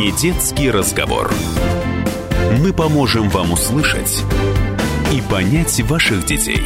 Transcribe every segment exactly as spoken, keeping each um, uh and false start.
Недетский разговор. Мы поможем вам услышать и понять ваших детей.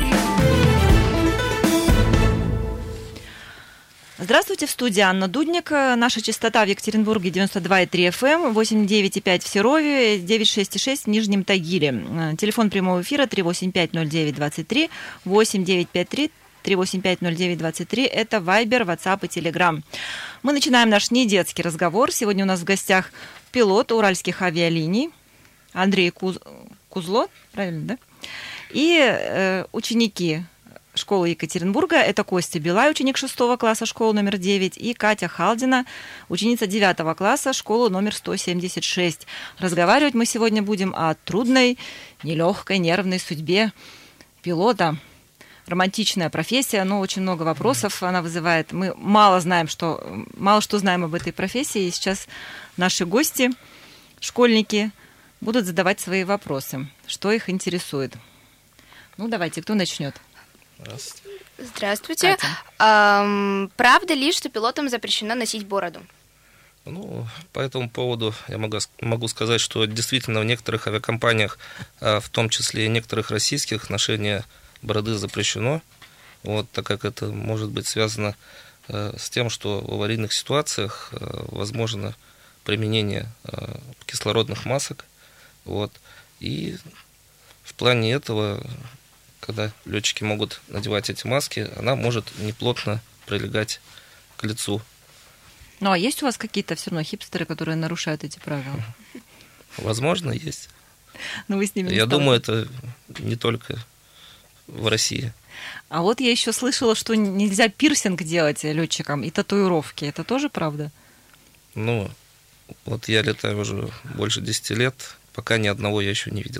Здравствуйте, в студии Анна Дудник. Наша частота в Екатеринбурге девяносто два и три эф эм, восемь девять и пять в Серове, девять шесть и шесть в Нижнем Тагиле. Телефон прямого эфира три восемь пять ноль девять двадцать три, восемь девять пять три три восемь пять ноль девять двадцать три. Это Вайбер, Ватсап и Телеграм. Мы начинаем наш недетский разговор. Сегодня у нас в гостях пилот уральских авиалиний Андрей Куз... Кузло, правильно, да? И э, ученики школы Екатеринбурга. Это Костя Билай, ученик шестого класса школы номер девять, и Катя Халдина, ученица девятого класса школы номер сто семьдесят шесть. Разговаривать мы сегодня будем о трудной, нелегкой, нервной судьбе пилота. Романтичная профессия, но очень много вопросов она вызывает. Мы мало знаем, что, мало что знаем об этой профессии, и сейчас наши гости, школьники, будут задавать свои вопросы, что их интересует. Ну, давайте, кто начнет? Здравствуйте. Здравствуйте. Эм, правда ли, что пилотам запрещено носить бороду? Ну, по этому поводу я могу, могу сказать, что действительно в некоторых авиакомпаниях, в том числе и некоторых российских, ношение бороды запрещено, вот, так как это может быть связано с тем, что в аварийных ситуациях возможно применение кислородных масок. Вот, и в плане этого, когда летчики могут надевать эти маски, она может неплотно прилегать к лицу. Ну, а есть у вас какие-то все равно хипстеры, которые нарушают эти правила? Возможно, есть. Но вы с ними не Я думаю, это не только в России. А вот я еще слышала, что нельзя пирсинг делать летчикам и татуировки. Это тоже правда? Ну, вот я летаю уже больше десяти лет, пока ни одного я еще не видел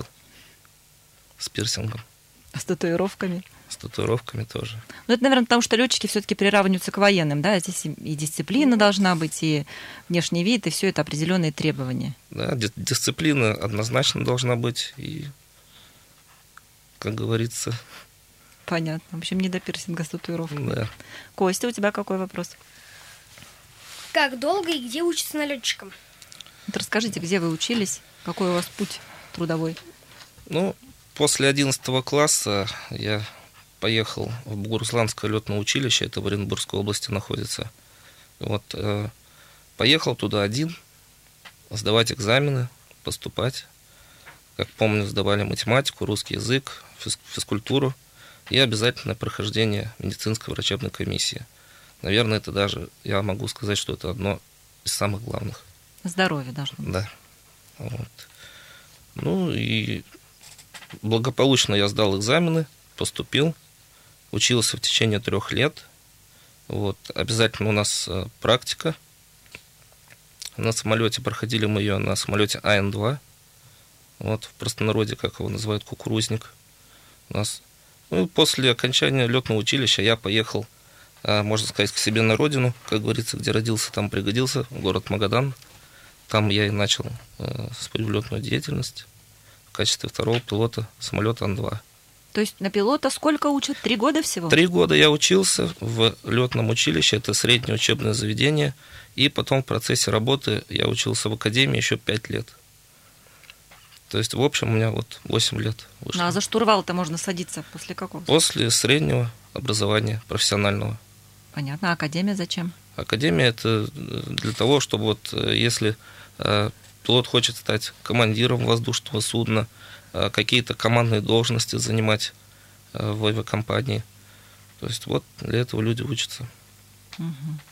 с пирсингом. А с татуировками? С татуировками тоже. Ну, это, наверное, потому что летчики все-таки приравниваются к военным, да? Здесь и дисциплина должна быть, и внешний вид, и все это определенные требования. Да, дисциплина однозначно должна быть, и, как говорится... Понятно. В общем, не до пирсинга с татуировками. Да. Костя, у тебя какой вопрос? Как долго и где учиться на летчиком? Вот расскажите, где вы учились, какой у вас путь трудовой? Ну, после одиннадцатого класса я поехал в Бугурусланское летное училище, это в Оренбургской области находится. Вот, э, поехал туда один, сдавать экзамены, поступать. Как помню, сдавали математику, русский язык, физкультуру и обязательное прохождение медицинской врачебной комиссии. Наверное, это даже, я могу сказать, что это одно из самых главных. Здоровье должно быть. Да. Вот. Ну и благополучно я сдал экзамены, поступил, учился в течение трех лет. Вот. Обязательно у нас практика. На самолете проходили мы ее на самолете А Н два. Вот, в простонародье, как его называют, кукурузник. У нас. Ну, после окончания летного училища я поехал, можно сказать, к себе на родину, как говорится, где родился, там пригодился, в город Магадан. Там я и начал свою летную деятельность в качестве второго пилота самолета Ан два. То есть на пилота сколько учат? Три года всего? Три года я учился в летном училище, это среднее учебное заведение, и потом в процессе работы я учился в академии еще пять лет. То есть, в общем, у меня вот восемь лет вышло. Ну, а за штурвал-то можно садиться после какого? После среднего образования профессионального. Понятно. А академия зачем? Академия – это для того, чтобы вот если э, пилот хочет стать командиром воздушного судна, э, какие-то командные должности занимать э, в авиакомпании. То есть, вот для этого люди учатся. Угу.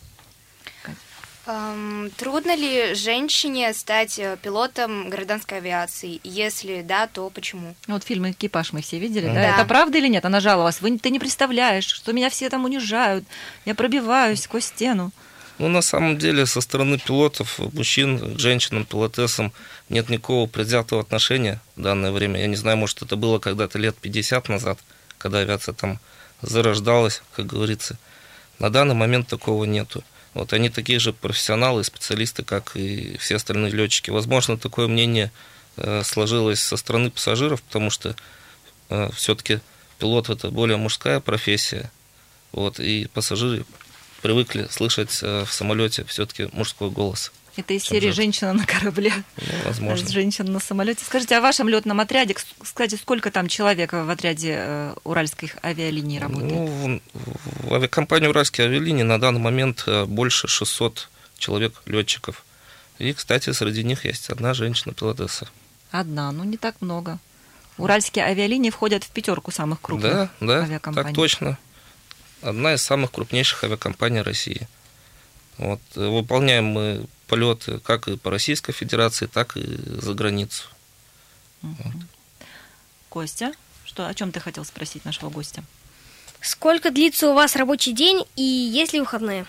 Эм, трудно ли женщине стать пилотом гражданской авиации? Если да, то почему? Вот фильм «Экипаж» мы все видели, да? да? Это правда или нет? Она жаловалась. Вы, ты не представляешь, что меня все там унижают. Я пробиваюсь сквозь стену. Ну, на самом деле, со стороны пилотов, мужчин к женщинам, пилотессам нет никакого предвзятого отношения в данное время. Я не знаю, может, это было когда-то лет пятьдесят назад, когда авиация там зарождалась, как говорится. На данный момент такого нету. Вот они такие же профессионалы и специалисты, как и все остальные летчики. Возможно, такое мнение э, сложилось со стороны пассажиров, потому что э, все-таки пилот – это более мужская профессия. Вот, и пассажиры привыкли слышать э, в самолете все-таки мужской голос. Это из серии «Женщина на корабле», ну, возможно. «Женщина на самолете». Скажите, о вашем летном отряде, кстати, сколько там человек в отряде Уральских авиалиний работает? Ну, в авиакомпании «Уральские авиалинии» на данный момент больше шестьсот человек летчиков. И, кстати, среди них есть одна женщина-пилотесса. Одна, ну не так много. Уральские авиалинии входят в пятерку самых крупных да, да, авиакомпаний. Так точно. Одна из самых крупнейших авиакомпаний России. Вот. Выполняем мы полеты как и по Российской Федерации, так и за границу. Угу. Вот. Костя, что, о чем ты хотел спросить нашего гостя? Сколько длится у вас рабочий день и есть ли выходные?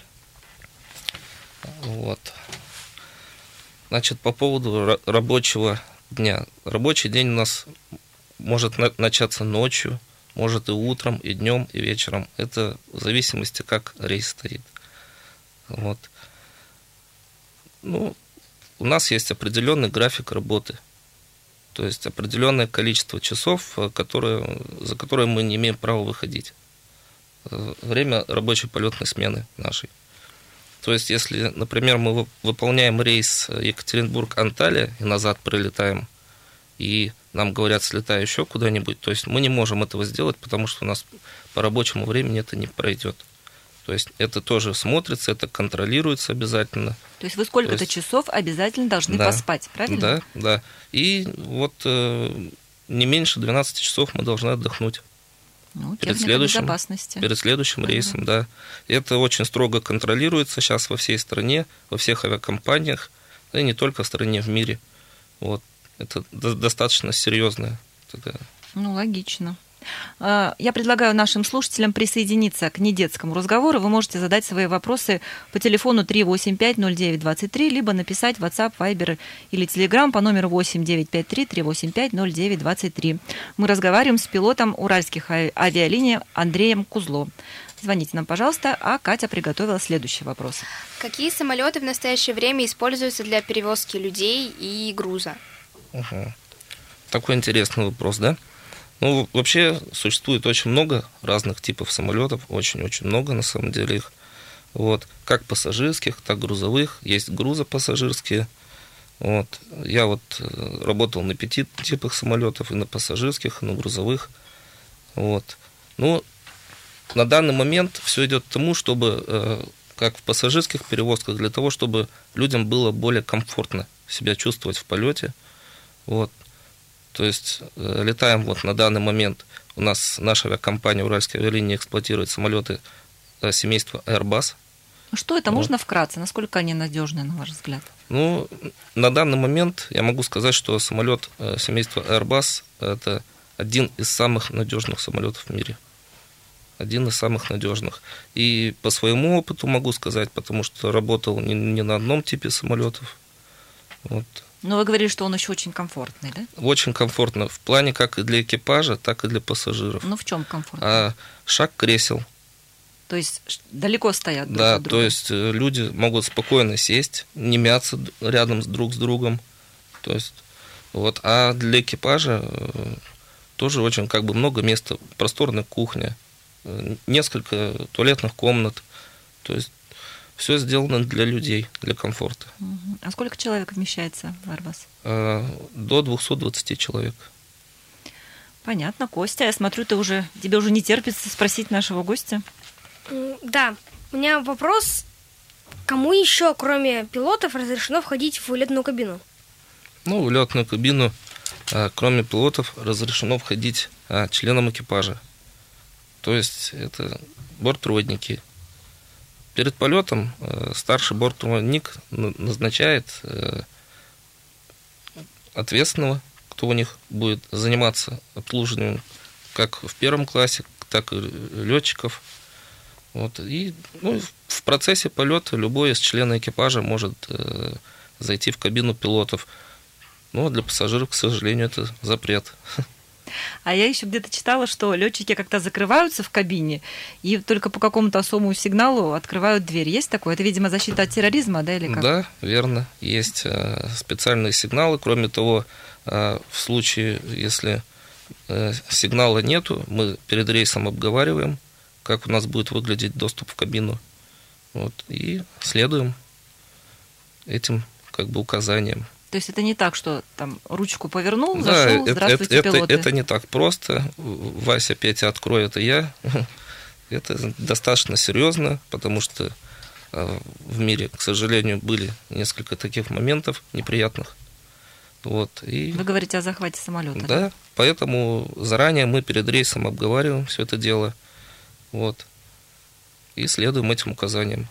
Вот. Значит, по поводу рабочего дня. Рабочий день у нас может начаться ночью, может и утром, и днем, и вечером. Это в зависимости, как рейс стоит. Вот. Ну, у нас есть определенный график работы. То есть определенное количество часов, которые, за которые мы не имеем права выходить. Время рабочей полетной смены нашей. То есть, если, например, мы выполняем рейс Екатеринбург-Анталия и назад прилетаем, и нам говорят, слетай еще куда-нибудь, то есть мы не можем этого сделать, потому что у нас по рабочему времени это не пройдет. То есть это тоже смотрится, это контролируется обязательно. То есть вы сколько-то есть... часов обязательно должны да, поспать, правильно? Да, да. И вот э, не меньше двенадцати часов мы должны отдохнуть. Ну, перед следующим, безопасности. Перед следующим да, рейсом, да. да. Это очень строго контролируется сейчас во всей стране, во всех авиакомпаниях, да и не только в стране, в мире. Вот. Это достаточно серьезная такая. Ну, логично. Я предлагаю нашим слушателям присоединиться к недетскому разговору. Вы можете задать свои вопросы по телефону три восемь пять ноль девять двадцать три, либо написать в WhatsApp, Viber или Telegram по номеру восемь девять пять три три восемь пять ноль девять двадцать три. Мы разговариваем с пилотом уральских авиалиний Андреем Кузло. Звоните нам, пожалуйста, а Катя приготовила следующий вопрос. Какие самолеты в настоящее время используются для перевозки людей и груза? Угу. Такой интересный вопрос, да? Ну, вообще существует очень много разных типов самолетов, очень-очень много на самом деле их. Вот. Как пассажирских, так и грузовых. Есть грузопассажирские. Вот. Я вот работал на пяти типах самолетов, и на пассажирских, и на грузовых. Вот. Ну, на данный момент все идет к тому, чтобы, как в пассажирских перевозках, для того, чтобы людям было более комфортно себя чувствовать в полете. Вот. То есть летаем вот на данный момент, у нас наша авиакомпания «Уральские авиалинии» эксплуатирует самолеты семейства Airbus. Что это? Вот. Можно вкратце? Насколько они надежны, на ваш взгляд? Ну, на данный момент я могу сказать, что самолет семейства Airbus – это один из самых надежных самолетов в мире. Один из самых надежных. И по своему опыту могу сказать, потому что работал не, не на одном типе самолетов. Вот. Но вы говорили, что он еще очень комфортный, да? Очень комфортно. В плане как и для экипажа, так и для пассажиров. Ну, в чем комфортно? А шаг кресел. То есть далеко стоят друг да, от друга? То есть люди могут спокойно сесть, не мяться рядом с друг с другом. То есть, вот. А для экипажа тоже очень как бы много места. Просторная кухня, несколько туалетных комнат. То есть все сделано для людей, для комфорта. А сколько человек вмещается в Airbus? До двухсот двадцати человек. Понятно. Костя, я смотрю, ты уже, тебе уже не терпится спросить нашего гостя. Да, у меня вопрос. Кому еще, кроме пилотов, разрешено входить в летную кабину? Ну, в летную кабину, кроме пилотов, разрешено входить членам экипажа. То есть это бортпроводники. Перед полетом старший бортпроводник назначает ответственного, кто у них будет заниматься обслуживанием как в первом классе, так и летчиков. Вот. И ну, в процессе полета любой из членов экипажа может зайти в кабину пилотов. Но для пассажиров, к сожалению, это запрет. А я еще где-то читала, что летчики как-то закрываются в кабине и только по какому-то особому сигналу открывают дверь. Есть такое? Это, видимо, защита от терроризма, да, или как? Да, верно. Есть специальные сигналы. Кроме того, в случае, если сигнала нету, мы перед рейсом обговариваем, как у нас будет выглядеть доступ в кабину. Вот, и следуем этим как бы указаниям. То есть это не так, что там ручку повернул, Да, зашел, это, здравствуйте, это, пилоты. это, это не так просто. Вася, Петя, открой, это я. Это достаточно серьезно, потому что в мире, к сожалению, были несколько таких моментов неприятных. Вот, и... Вы говорите о захвате самолета. Да, да? Поэтому заранее мы перед рейсом обговариваем все это дело. Вот, и следуем этим указаниям.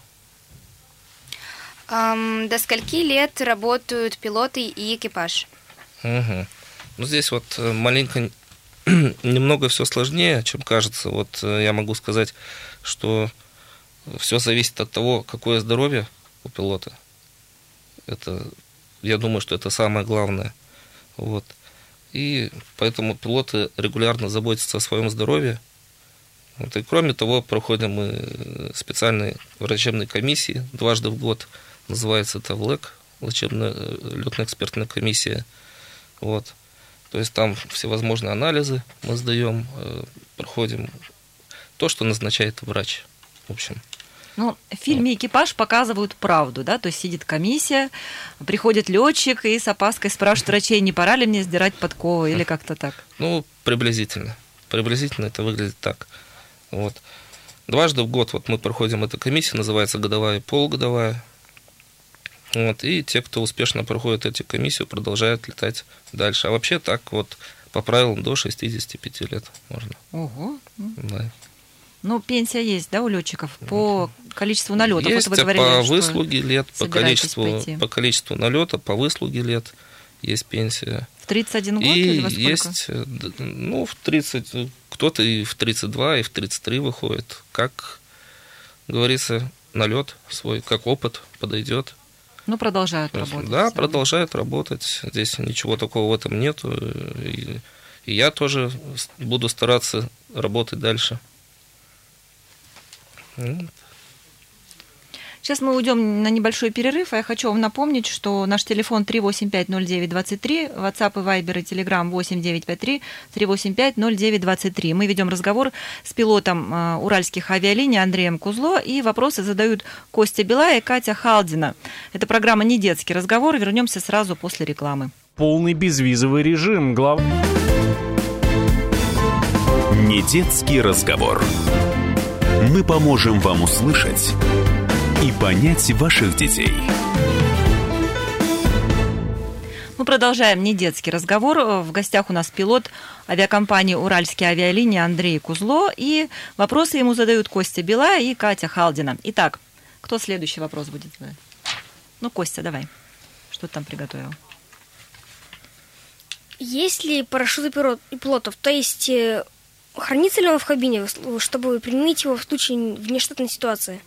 Эм, до скольки лет работают пилоты и экипаж? Угу. Ну, здесь вот маленько, немного все сложнее, чем кажется. Вот я могу сказать, что все зависит от того, какое здоровье у пилота. Это, я думаю, что это самое главное. Вот. И поэтому пилоты регулярно заботятся о своем здоровье. Вот. И кроме того, проходим мы специальные врачебные комиссии дважды в год. Называется это ВЛЭК, лечебная летно-экспертная комиссия. Вот. То есть там всевозможные анализы мы сдаем, проходим то, что назначает врач. В общем. Ну, в фильме «Экипаж» показывают правду, да, то есть сидит комиссия, приходит летчик и с опаской спрашивает врачей, не пора ли мне сдирать подковы или как-то так. Ну, приблизительно. Приблизительно это выглядит так. Вот. Дважды в год вот мы проходим эту комиссию, называется годовая и полугодовая. Вот. И те, кто успешно проходит эту комиссию, продолжают летать дальше. А вообще так вот по правилам до шестидесяти пяти лет можно. Ого. Да. Ну, пенсия есть, да, у летчиков по количеству налетов. Есть, вот вы говорили, по что выслуге лет, по количеству, пойти. по количеству налета, по выслуге лет есть пенсия. В тридцать один год и или во сколько? Есть, ну, в тридцать, кто-то и в тридцать два, и в тридцать три выходит. Как говорится, налет свой, как опыт подойдет. Ну, продолжают работать. Да, продолжают работать. Здесь ничего такого в этом нету. И, и я тоже буду стараться работать дальше. Сейчас мы уйдем на небольшой перерыв, а я хочу вам напомнить, что наш телефон три восемь пять ноль девять двадцать три, WhatsApp и Viber и Telegram восемь девять пять три три восемь пять ноль девять двадцать три. Мы ведем разговор с пилотом э, уральских авиалиний Андреем Кузло, и вопросы задают Костя Белая и Катя Халдина. Это программа «Не детский разговор». Вернемся сразу после рекламы. Полный безвизовый режим. Глав... Не детский разговор. Мы поможем вам услышать и понять ваших детей. Мы продолжаем недетский разговор. В гостях у нас пилот авиакомпании «Уральские авиалинии» Андрей Кузло. И вопросы ему задают Костя Белая и Катя Халдина. Итак, кто следующий вопрос будет задать? Ну, Костя, давай. Что ты там приготовил? Есть ли парашюты пилотов? То есть хранится ли он в кабине, чтобы применить его в случае внештатной ситуации?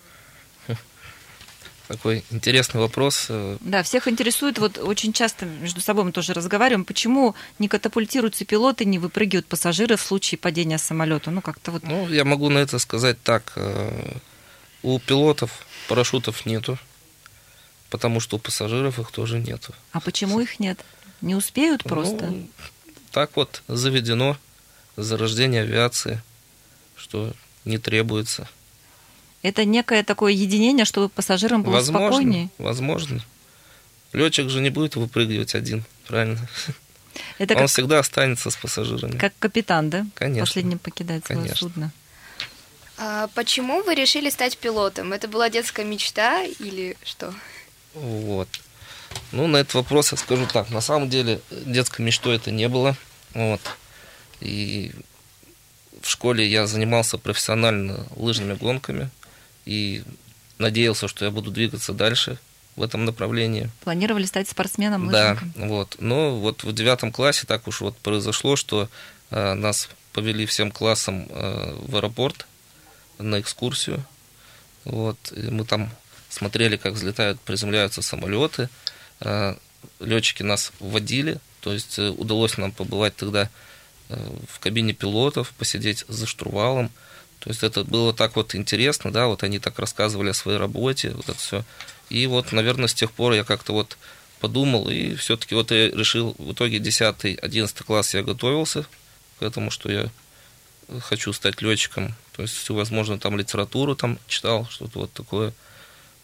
Такой интересный вопрос. Да, всех интересует, вот очень часто между собой мы тоже разговариваем, почему не катапультируются пилоты, не выпрыгивают пассажиры в случае падения самолета. Ну, как-то вот... Ну, я могу на это сказать так. У пилотов парашютов нету, потому что у пассажиров их тоже нету. А почему их нет? Не успеют просто? Ну, так вот заведено зарождение авиации, что не требуется. Это некое такое единение, чтобы пассажирам было возможно, спокойнее? Возможно. Летчик же не будет выпрыгивать один, правильно? Это Он как, всегда останется с пассажирами. как капитан, да? Конечно. Последним покидает свое Конечно. судно. А почему вы решили стать пилотом? Это была детская мечта или что? Вот. Ну, на этот вопрос я скажу так. На самом деле, детской мечтой это не было. Вот. И в школе я занимался профессионально лыжными гонками и надеялся, что я буду двигаться дальше в этом направлении. Планировали стать спортсменом, Да, лыжником? вот. Но вот в девятом классе так уж вот произошло, что э, нас повели всем классом э, в аэропорт на экскурсию. Вот. И мы там смотрели, как взлетают, приземляются самолеты. Э, летчики нас водили, то есть э, удалось нам побывать тогда э, в кабине пилотов, посидеть за штурвалом. То есть это было так вот интересно, да, вот они так рассказывали о своей работе, вот это все. И вот, наверное, с тех пор я как-то вот подумал, и все-таки вот я решил, в итоге десятый, одиннадцатый класс я готовился к этому, что я хочу стать летчиком. То есть всю возможную там литературу там читал, что-то вот такое.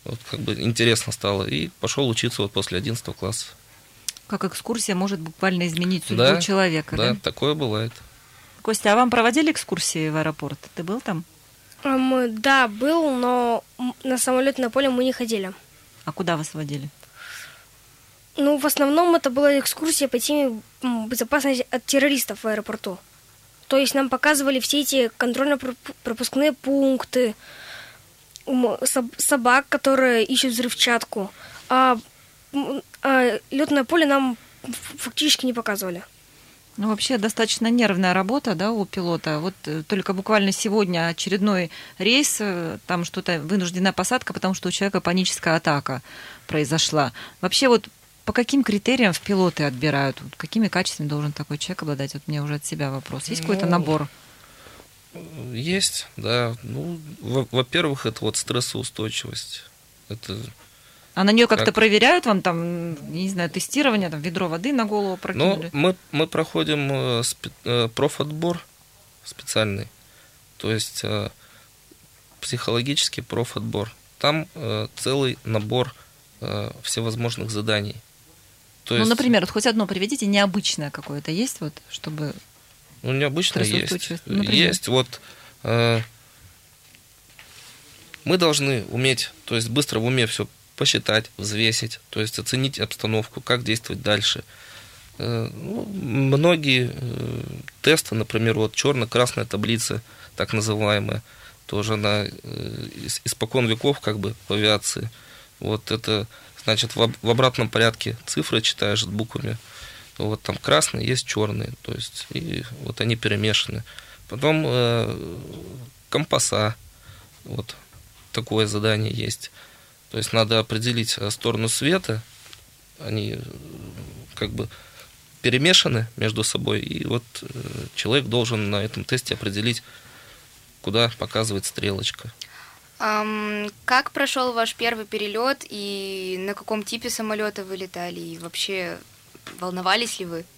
Вот как бы интересно стало. И пошел учиться вот после одиннадцатого класса. Как экскурсия может буквально изменить судьбу Да, человека, да? Да, такое бывает. Костя, а вам проводили экскурсии в аэропорт? Ты был там? Эм, да, был, но м, на самолетное поле мы не ходили. А куда вас водили? Ну, в основном это была экскурсия по теме м, безопасности от террористов в аэропорту. То есть нам показывали все эти контрольно-пропускные пункты, м, соб- собак, которые ищут взрывчатку. А, м, а летное поле нам ф- фактически не показывали. Ну, вообще достаточно нервная работа, да, у пилота. Вот э, только буквально сегодня очередной рейс, э, там что-то вынужденная посадка, потому что у человека паническая атака произошла. Вообще вот по каким критериям в пилоты отбирают? Вот какими качествами должен такой человек обладать? Вот мне уже от себя вопрос. Есть какой-то Ну, набор? Есть, да. Ну, во- во-первых, это вот стрессоустойчивость. Это А на нее как-то как? проверяют вам там, не знаю, тестирование, там ведро воды на голову Но прокинули? мы, мы проходим э, спе- э, профотбор специальный, то есть э, психологический профотбор. Там э, целый набор э, всевозможных заданий. То Ну, есть, например, вот хоть одно приведите, необычное какое-то есть, вот, чтобы... ну, необычно есть. стрессоустойчивость, например? Есть, вот э, мы должны уметь, то есть быстро в уме все посчитать, взвесить, то есть оценить обстановку, как действовать дальше. Э, ну, многие э, тесты, например, вот черно-красная таблица, так называемая, тоже она э, ис- испокон веков как бы в авиации. Вот это, значит, в, об- в обратном порядке цифры читаешь с буквами. Вот там красные, есть черные, то есть и вот они перемешаны. Потом э, компаса, вот такое задание есть. То есть надо определить э, сторону света, они э, как бы перемешаны между собой, и вот э, человек должен на этом тесте определить, куда показывает стрелочка. Ам, как прошел ваш первый перелет и на каком типе самолета вы летали? И вообще волновались ли вы?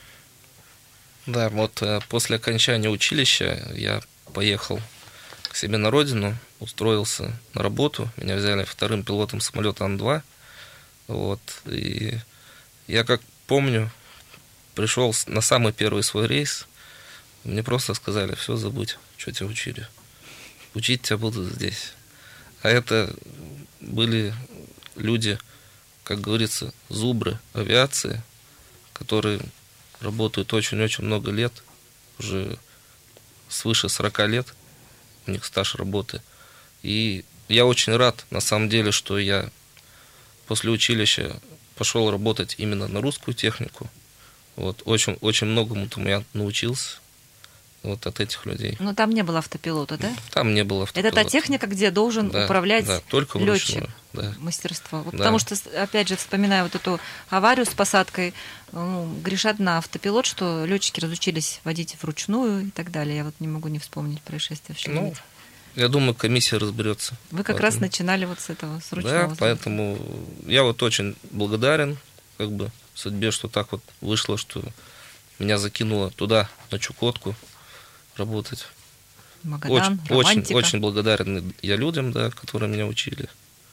Да, вот э, после окончания училища я поехал к себе на родину, устроился на работу. Меня взяли вторым пилотом самолета Ан два. Вот. И я, как помню, пришел с- на самый первый свой рейс. Мне просто сказали: все, забудь, что тебя учили. Учить тебя будут здесь. А это были люди, как говорится, зубры авиации, которые работают очень-очень много лет, уже свыше сорока лет, у них стаж работы. И я очень рад, на самом деле, что я после училища пошел работать именно на русскую технику. Вот, очень, очень многому там я научился вот от этих людей. Ну, там не было автопилота, да? Там не было автопилота. Это та техника, где должен Да, управлять да, только летчик. вручную, да. Мастерство. Вот Да. Потому что, опять же, вспоминая вот эту аварию с посадкой, ну, грешат на автопилот, что летчики разучились водить вручную и так далее. Я вот не могу не вспомнить происшествие в Ну, Шереметьево. я думаю, комиссия разберется. Вы как Поэтому- раз начинали вот с этого, с ручного. Да, взлета. поэтому я вот очень благодарен как бы судьбе, что так вот вышло, что меня закинуло туда, на Чукотку, работать. Магадан, Очень, очень, романтика. очень благодарен я людям, да, которые меня учили.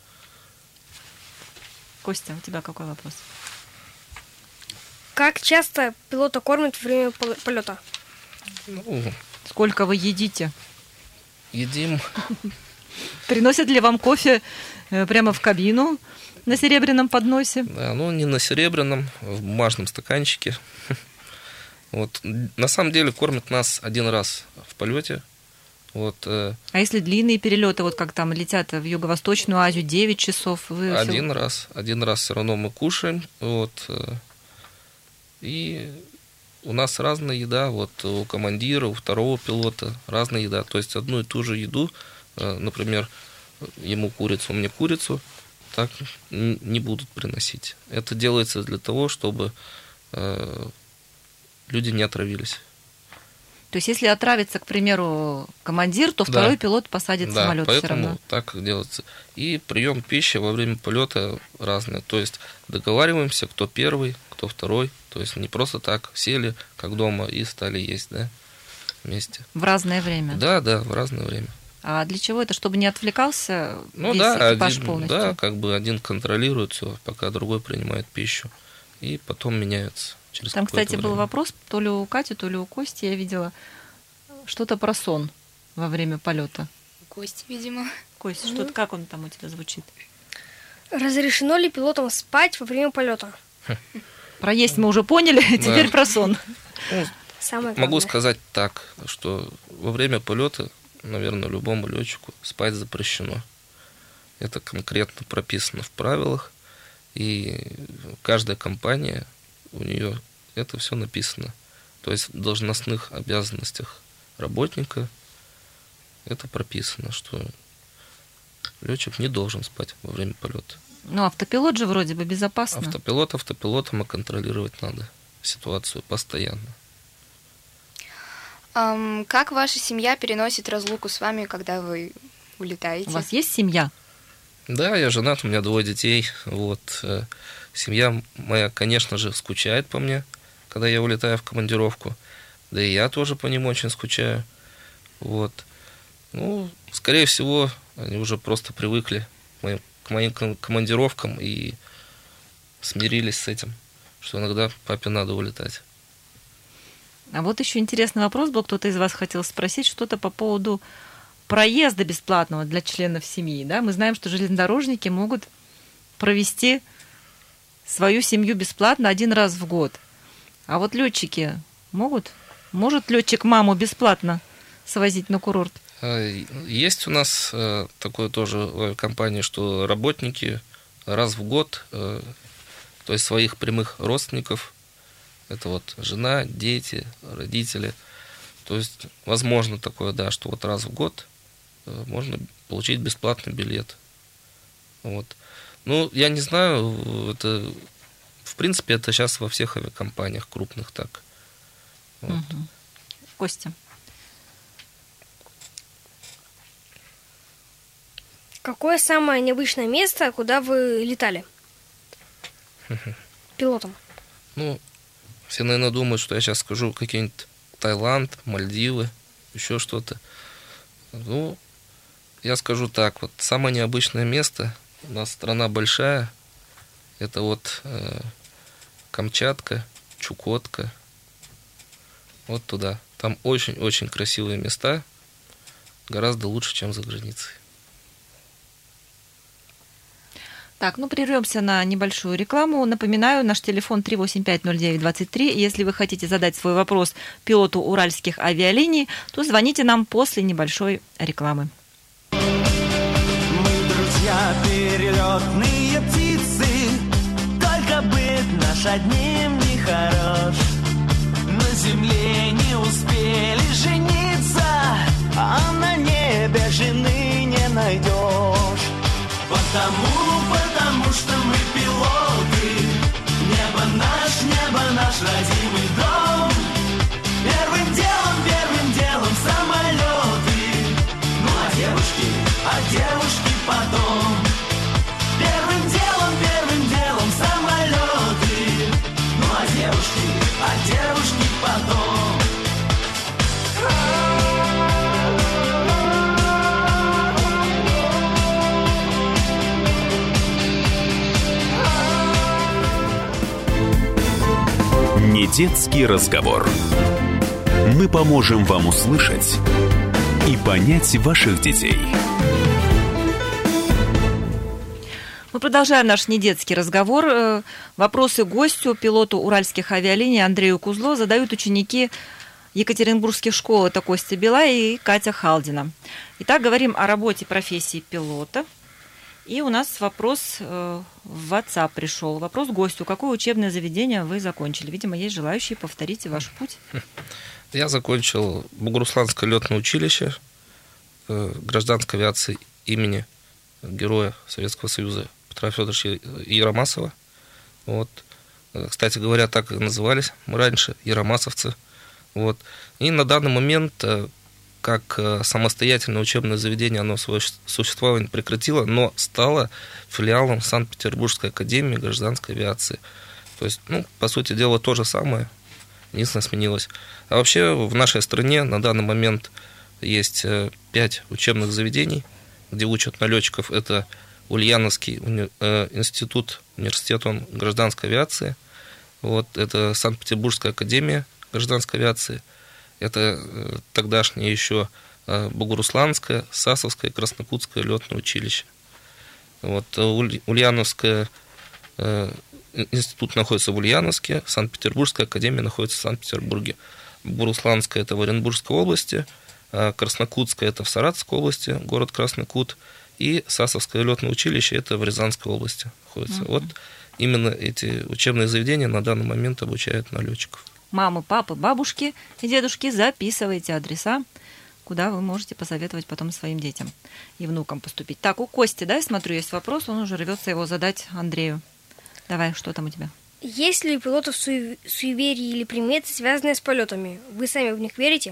Костя, у тебя какой вопрос? Как часто пилота кормят во время пол- полета? Ну, Сколько вы едите? едим. Приносят ли вам кофе э, прямо в кабину на серебряном подносе? Да, ну, не на серебряном, в бумажном стаканчике. Вот. На самом деле кормят нас один раз в полете. Вот, э, А если длинные перелеты, вот как там летят в Юго-Восточную Азию, девять часов, вы всё- один раз, один раз все равно мы кушаем. Вот, э, и у нас разная еда. Вот у командира, у второго пилота разная еда. То есть одну и ту же еду, э, например, ему курицу, мне курицу, так н- не будут приносить. Это делается для того, чтобы э, люди не отравились. То есть, если отравится, к примеру, командир, то Да. второй пилот посадит Да, самолет все поэтому равно. так делается. И прием пищи во время полета разный. То есть договариваемся, кто первый, кто второй. То есть не просто так сели, как дома, и стали есть, да, вместе. В разное время. Да, да, в разное время. А для чего это? Чтобы не отвлекался Ну весь да, экипаж один, полностью? да, как бы один контролирует все, пока другой принимает пищу. И потом меняется через Там, какое-то кстати, время. был вопрос, то ли у Кати, то ли у Кости, я видела что-то про сон во время полета. Гости, видимо. Костя, что-то, как он там у тебя звучит? Разрешено ли пилотам спать во время полета? Про есть мы уже поняли, теперь про сон. Ну, Самое главное. могу сказать так, что во время полета, наверное, любому летчику спать запрещено. Это конкретно прописано в правилах, и каждая компания, у нее это все написано. То есть в должностных обязанностях работника это прописано, что летчик не должен спать во время полета. Ну, автопилот же вроде бы безопасно. Автопилот автопилотом, а контролировать надо ситуацию постоянно. Ам, как ваша семья переносит разлуку с вами, когда вы улетаете? У вас есть семья? Да, я женат, у меня двое детей. Вот. э, Семья моя, конечно же, скучает по мне, когда я улетаю в командировку. Да и я тоже по ним очень скучаю. Вот. Ну, скорее всего, они уже просто привыкли к моим, к моим ком- командировкам и смирились с этим, что иногда папе надо улетать. А вот еще интересный вопрос был, кто-то из вас хотел спросить что-то по поводу проезда бесплатного для членов семьи. Да? Мы знаем, что железнодорожники могут провести свою семью бесплатно один раз в год. А вот летчики могут? Может летчик маму бесплатно свозить на курорт? А, Есть у нас э, такое тоже в авиакомпании, что работники раз в год, э, то есть своих прямых родственников, это вот жена, дети, родители, то есть возможно такое, да, что вот раз в год э, можно получить бесплатный билет. Вот. Ну, я не знаю, это, в принципе, это сейчас во всех авиакомпаниях крупных так. Вот. Мгм. Костя. Какое самое необычное место, куда вы летали? Пилотом. Ну, все, наверное, думают, что я сейчас скажу какие-нибудь Таиланд, Мальдивы, еще что-то. Ну, я скажу так, вот самое необычное место, у нас страна большая, это вот э, Камчатка, Чукотка, вот туда. Там очень-очень красивые места, гораздо лучше, чем за границей. Так, ну прервемся на небольшую рекламу. Напоминаю, наш телефон три восемь пять ноль девять двадцать три. Если вы хотите задать свой вопрос пилоту уральских авиалиний, то звоните нам после небольшой рекламы. Мы друзья, перелетные птицы, только быт наш одним не хорош. На земле не успели жениться, а на небе жены не найдешь. Потому, потому что мы пилоты, небо наш, небо наш родимый дом. Первым делом, первым делом самолеты, ну а девушки, а девушки потом. Первым делом, первым делом самолеты, ну а девушки, а девушки потом. Недетский разговор. Мы поможем вам услышать и понять ваших детей. Мы продолжаем наш недетский разговор. Вопросы гостю, пилоту уральских авиалиний Андрею Кузло задают ученики екатеринбургских школ. Это Костя Билай и Катя Халдина. Итак, говорим о работе профессии пилота. И у нас вопрос в WhatsApp пришел. Вопрос гостю. Какое учебное заведение вы закончили? Видимо, есть желающие повторить ваш путь. Я закончил Бугурусланское летное училище гражданской авиации имени героя Советского Союза Петра Федоровича Яромасова. Вот. Кстати говоря, так и назывались мы раньше, яромасовцы. Вот. И на данный момент, как самостоятельное учебное заведение, оно свое существование прекратило, но стало филиалом Санкт-Петербургской академии гражданской авиации. То есть, ну, по сути дела, то же самое, единственное, сменилось. А вообще в нашей стране на данный момент есть пять учебных заведений, где учат на летчиков. Это Ульяновский уни... институт, университет он гражданской авиации. Вот, это Санкт-Петербургская академия гражданской авиации. Это тогдашнее еще Богорусланское, Сасовское, Краснокутское летное училище. Вот, Ульяновское институт находится в Ульяновске, Санкт-Петербургская академия находится в Санкт-Петербурге. Богорусланская — это в Оренбургской области, Краснокутская — это в Саратовской области, город Красный Кут, и Сасовское летное училище — это в Рязанской области находится. Uh-huh. Вот именно эти учебные заведения на данный момент обучают на летчиков. Мамы, папы, бабушки и дедушки, записывайте адреса, куда вы можете посоветовать потом своим детям и внукам поступить. Так, у Кости, да, я смотрю, есть вопрос, он уже рвется его задать Андрею. Давай, что там у тебя? Есть ли у пилотов суе- суеверия или приметы, связанные с полетами? Вы сами в них верите?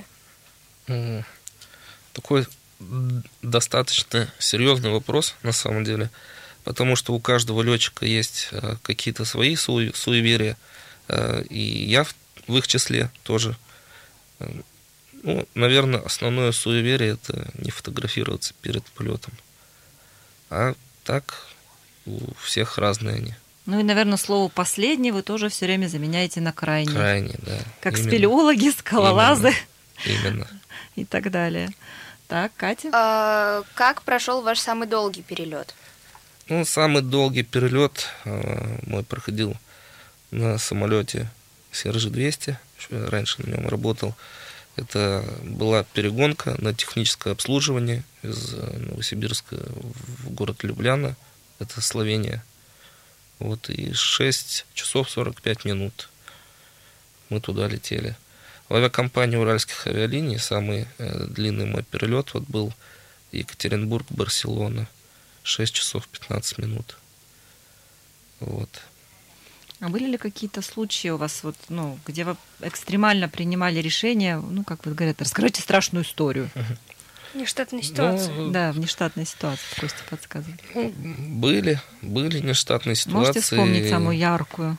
Такой достаточно серьезный вопрос, на самом деле, потому что у каждого летчика есть какие-то свои су- суеверия, и я в их числе тоже. Ну, наверное, основное суеверие — это не фотографироваться перед полетом. А так у всех разные они. Ну и, наверное, слово «последний» вы тоже все время заменяете на «крайний». Крайний, да. Как именно. Спелеологи, скалолазы. Именно. Именно. И так далее. Так, Катя? А, как прошел ваш самый долгий перелет? Ну, самый долгий перелет э, мой проходил на самолете Си Эр Джи двести. Я раньше на нем работал. Это была перегонка на техническое обслуживание из Новосибирска в город Любляна. Это Словения. Вот, и шесть часов сорок пять минут мы туда летели. В авиакомпании Уральских авиалиний самый э, длинный мой перелет вот был Екатеринбург-Барселона. шесть часов пятнадцать минут. Вот. А были ли какие-то случаи у вас, вот, ну, где вы экстремально принимали решения, ну, как вот говорят, расскажите страшную историю? Нештатная ситуация. Ну, Да, внештатная ситуация, Костя подсказывает. Ну, были, были нештатные ситуации. Можете вспомнить самую яркую?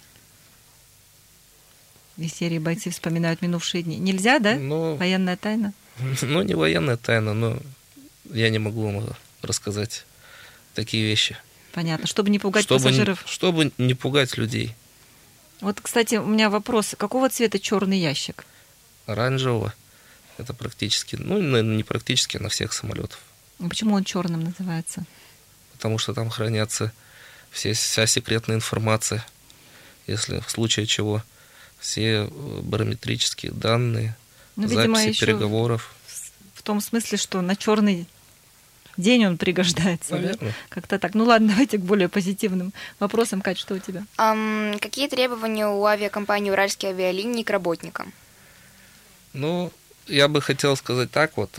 Из серии бойцы вспоминают минувшие дни. Нельзя, да? Но, военная тайна? Ну, не военная тайна, но я не могу вам рассказать такие вещи. Понятно, чтобы не пугать чтобы пассажиров. Не, чтобы не пугать людей. Вот, кстати, у меня вопрос. Какого цвета черный ящик? Оранжевого. Это практически, ну, не практически, на всех самолетах. Почему он черным называется? Потому что там хранятся все, вся секретная информация. Если в случае чего, все барометрические данные, ну, записи видимо, переговоров. В том смысле, что на черный день он пригождается. Наверное. Да? Как-то так. Ну ладно, давайте к более позитивным вопросам. Кать, что у тебя? Um, какие требования у авиакомпании «Уральские авиалинии» к работникам? Ну, я бы хотел сказать так вот.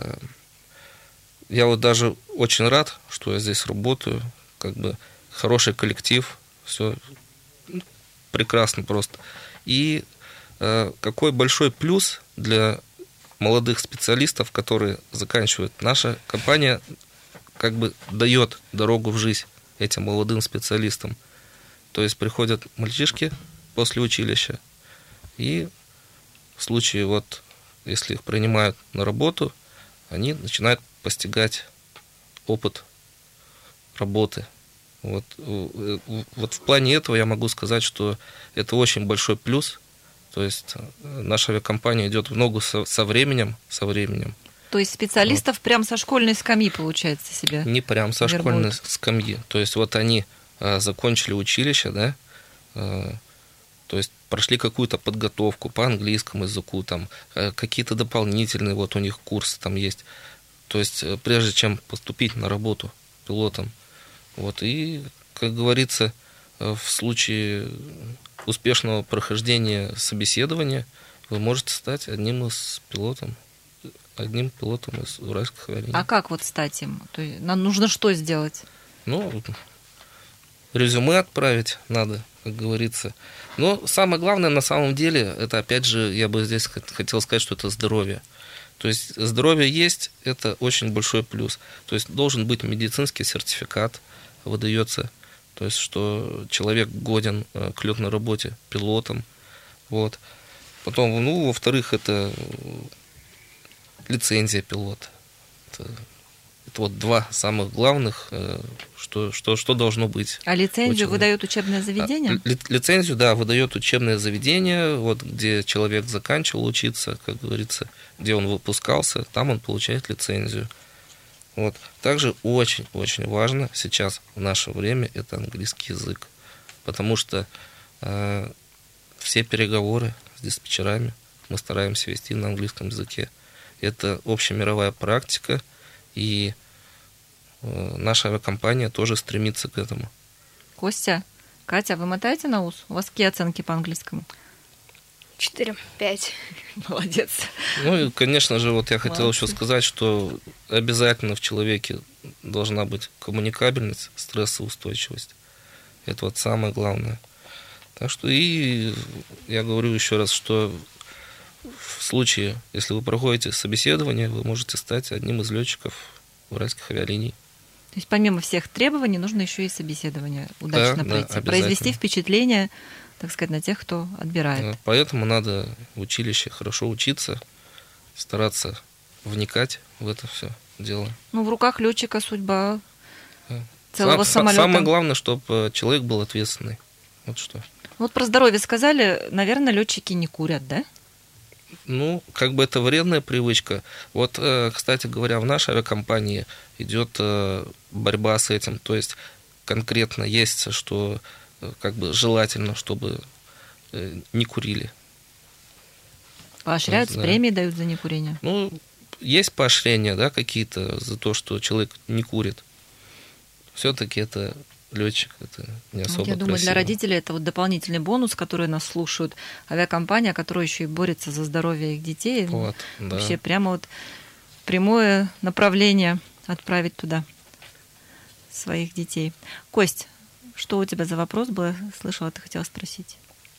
Я вот даже очень рад, что я здесь работаю. Как бы хороший коллектив, все прекрасно просто. И какой большой плюс для молодых специалистов, которые заканчивают. Наша компания как бы дает дорогу в жизнь этим молодым специалистам. То есть приходят мальчишки после училища, и в случае вот, если их принимают на работу, они начинают постигать опыт работы. Вот, вот в плане этого я могу сказать, что это очень большой плюс. То есть наша авиакомпания идет в ногу со, со временем, со временем. То есть специалистов вот. Прям со школьной скамьи, получается, себе не прям со вербуют. Школьной скамьи. То есть вот они а, закончили училище, да, а, то есть прошли какую-то подготовку по английскому языку, там а, какие-то дополнительные вот у них курсы там есть. То есть прежде чем поступить на работу пилотом, вот, и, как говорится, в случае успешного прохождения собеседования вы можете стать одним из пилотов, одним пилотом из Уральских авиалиний. А как вот стать им? То есть нам нужно что сделать? Ну, резюме отправить надо, как говорится. Но самое главное на самом деле, это опять же, я бы здесь хотел сказать, что это здоровье. То есть здоровье есть, это очень большой плюс. То есть должен быть медицинский сертификат, выдается. То есть, что человек годен к летной работе пилотом. Вот. Потом, ну, во-вторых, это лицензия пилота. Это, это вот два самых главных, что, что, что должно быть. А лицензию выдает учебное заведение? Ли, лицензию, да, выдает учебное заведение, вот где человек заканчивал учиться, как говорится, где он выпускался, там он получает лицензию. Вот. Также очень-очень важно сейчас, в наше время, это английский язык, потому что э, все переговоры с диспетчерами мы стараемся вести на английском языке. Это общемировая практика, и э, наша авиакомпания тоже стремится к этому. Костя, Катя, вы мотаете на ус? У вас какие оценки по английскому? Четыре. Пять. Молодец. Ну и, конечно же, вот я хотел Молодцы. еще сказать, что обязательно в человеке должна быть коммуникабельность, стрессоустойчивость. Это вот самое главное. Так что и я говорю еще раз, что в случае, если вы проходите собеседование, вы можете стать одним из летчиков уральских авиалиний. То есть помимо всех требований нужно еще и собеседование удачно да, пройти, да, произвести впечатление, так сказать, на тех, кто отбирает. Поэтому надо в училище хорошо учиться, стараться вникать в это все дело. Ну, в руках летчика судьба да. целого Сам, самолета. Самое главное, чтобы человек был ответственный. Вот что. Вот про здоровье сказали, наверное, летчики не курят, да? Ну, как бы это вредная привычка. Вот, кстати говоря, в нашей авиакомпании идет борьба с этим. То есть конкретно есть, что как бы желательно, чтобы не курили. Поощряются, да. Премии дают за некурение? Ну, есть поощрения, да, какие-то за то, что человек не курит. Все-таки это летчик, это не особо Я думаю, красиво. Для родителей это вот дополнительный бонус, который нас слушают. Авиакомпания, которая еще и борется за здоровье их детей. Вот, да. Вообще прямо вот прямое направление отправить туда своих детей. Кость, что у тебя за вопрос был? Слышала, ты хотела спросить.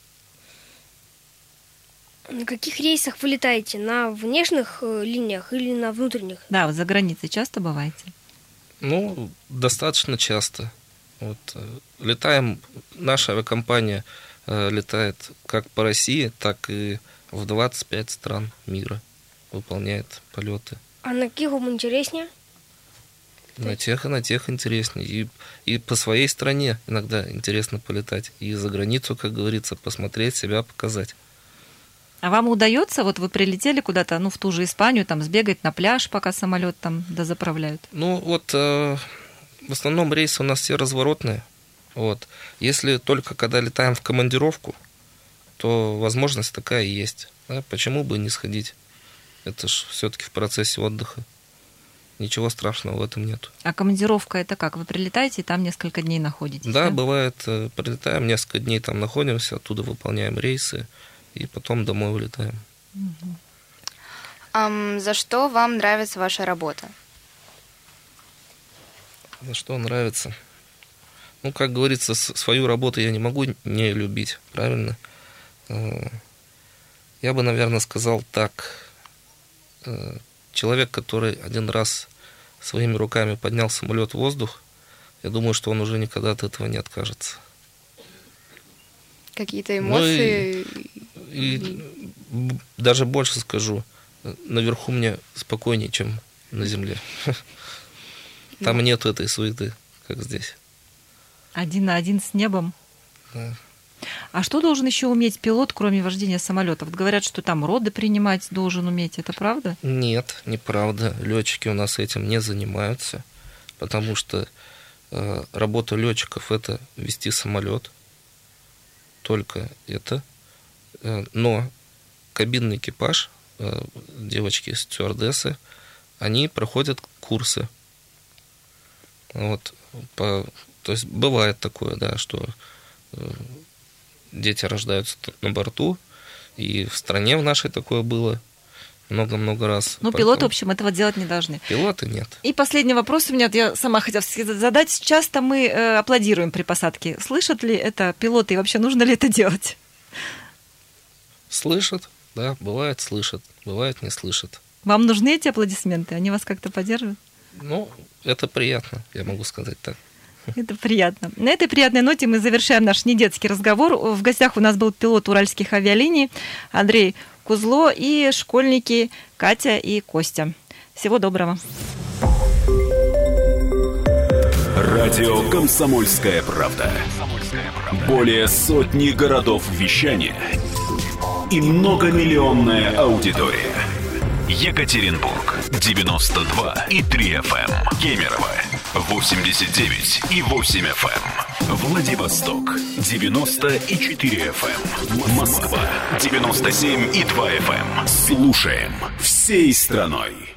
На каких рейсах вы летаете? На внешних линиях или на внутренних? Да, вот за границей часто бываете? Ну, достаточно часто. Вот, летаем, наша авиакомпания э, летает как по России, так и в двадцать пять стран мира, выполняет полеты. А на каких вам интереснее? На тех и на тех интереснее. И, и по своей стране иногда интересно полетать. И за границу, как говорится, посмотреть, себя показать. А вам удается, вот вы прилетели куда-то, ну, в ту же Испанию, там, сбегать на пляж, пока самолет там дозаправляют? Ну, вот... Э, В основном рейсы у нас все разворотные. Вот. Если только когда летаем в командировку, то возможность такая и есть. Да? Почему бы не сходить? Это ж все-таки в процессе отдыха. Ничего страшного в этом нет. А командировка это как? Вы прилетаете и там несколько дней находитесь? Да, да? бывает, прилетаем, несколько дней там находимся, оттуда выполняем рейсы и потом домой улетаем. Угу. Um, за что вам нравится ваша работа? За что нравится? Ну, как говорится, свою работу я не могу не любить, правильно? Я бы, наверное, сказал так. Человек, который один раз своими руками поднял самолет в воздух, я думаю, что он уже никогда от этого не откажется. Какие-то эмоции? Ну и, и даже больше скажу, наверху мне спокойнее, чем на земле. Там нет этой суеты, как здесь. Один на один с небом? Да. А что должен еще уметь пилот, кроме вождения самолета? Вот говорят, что там роды принимать должен уметь. Это правда? Нет, неправда. Летчики у нас этим не занимаются, потому что э, работа летчиков это вести самолет. Только это. Э, но кабинный экипаж, э, девочки стюардессы, они проходят курсы. Вот, по, то есть бывает такое, да, что э, дети рождаются на борту, и в стране в нашей такое было много-много раз. Ну, пилоты, в общем, этого делать не должны. Пилоты нет. И последний вопрос у меня, я сама хотела задать. Часто мы э, аплодируем при посадке. Слышат ли это пилоты и вообще нужно ли это делать? Слышат, да, бывает слышат, бывает не слышат. Вам нужны эти аплодисменты? Они вас как-то поддерживают? Ну, это приятно, я могу сказать так. Это приятно. На этой приятной ноте мы завершаем наш недетский разговор. В гостях у нас был пилот уральских авиалиний Андрей Кузло и школьники Катя и Костя. Всего доброго. Радио «Комсомольская правда». Более сотни городов вещания и многомиллионная аудитория. Екатеринбург девяносто два и три эф эм, Кемерово восемьдесят девять и восемь эф эм, Владивосток девяносто и четыре эф эм, Москва девяносто семь и два эф эм. Слушаем всей страной.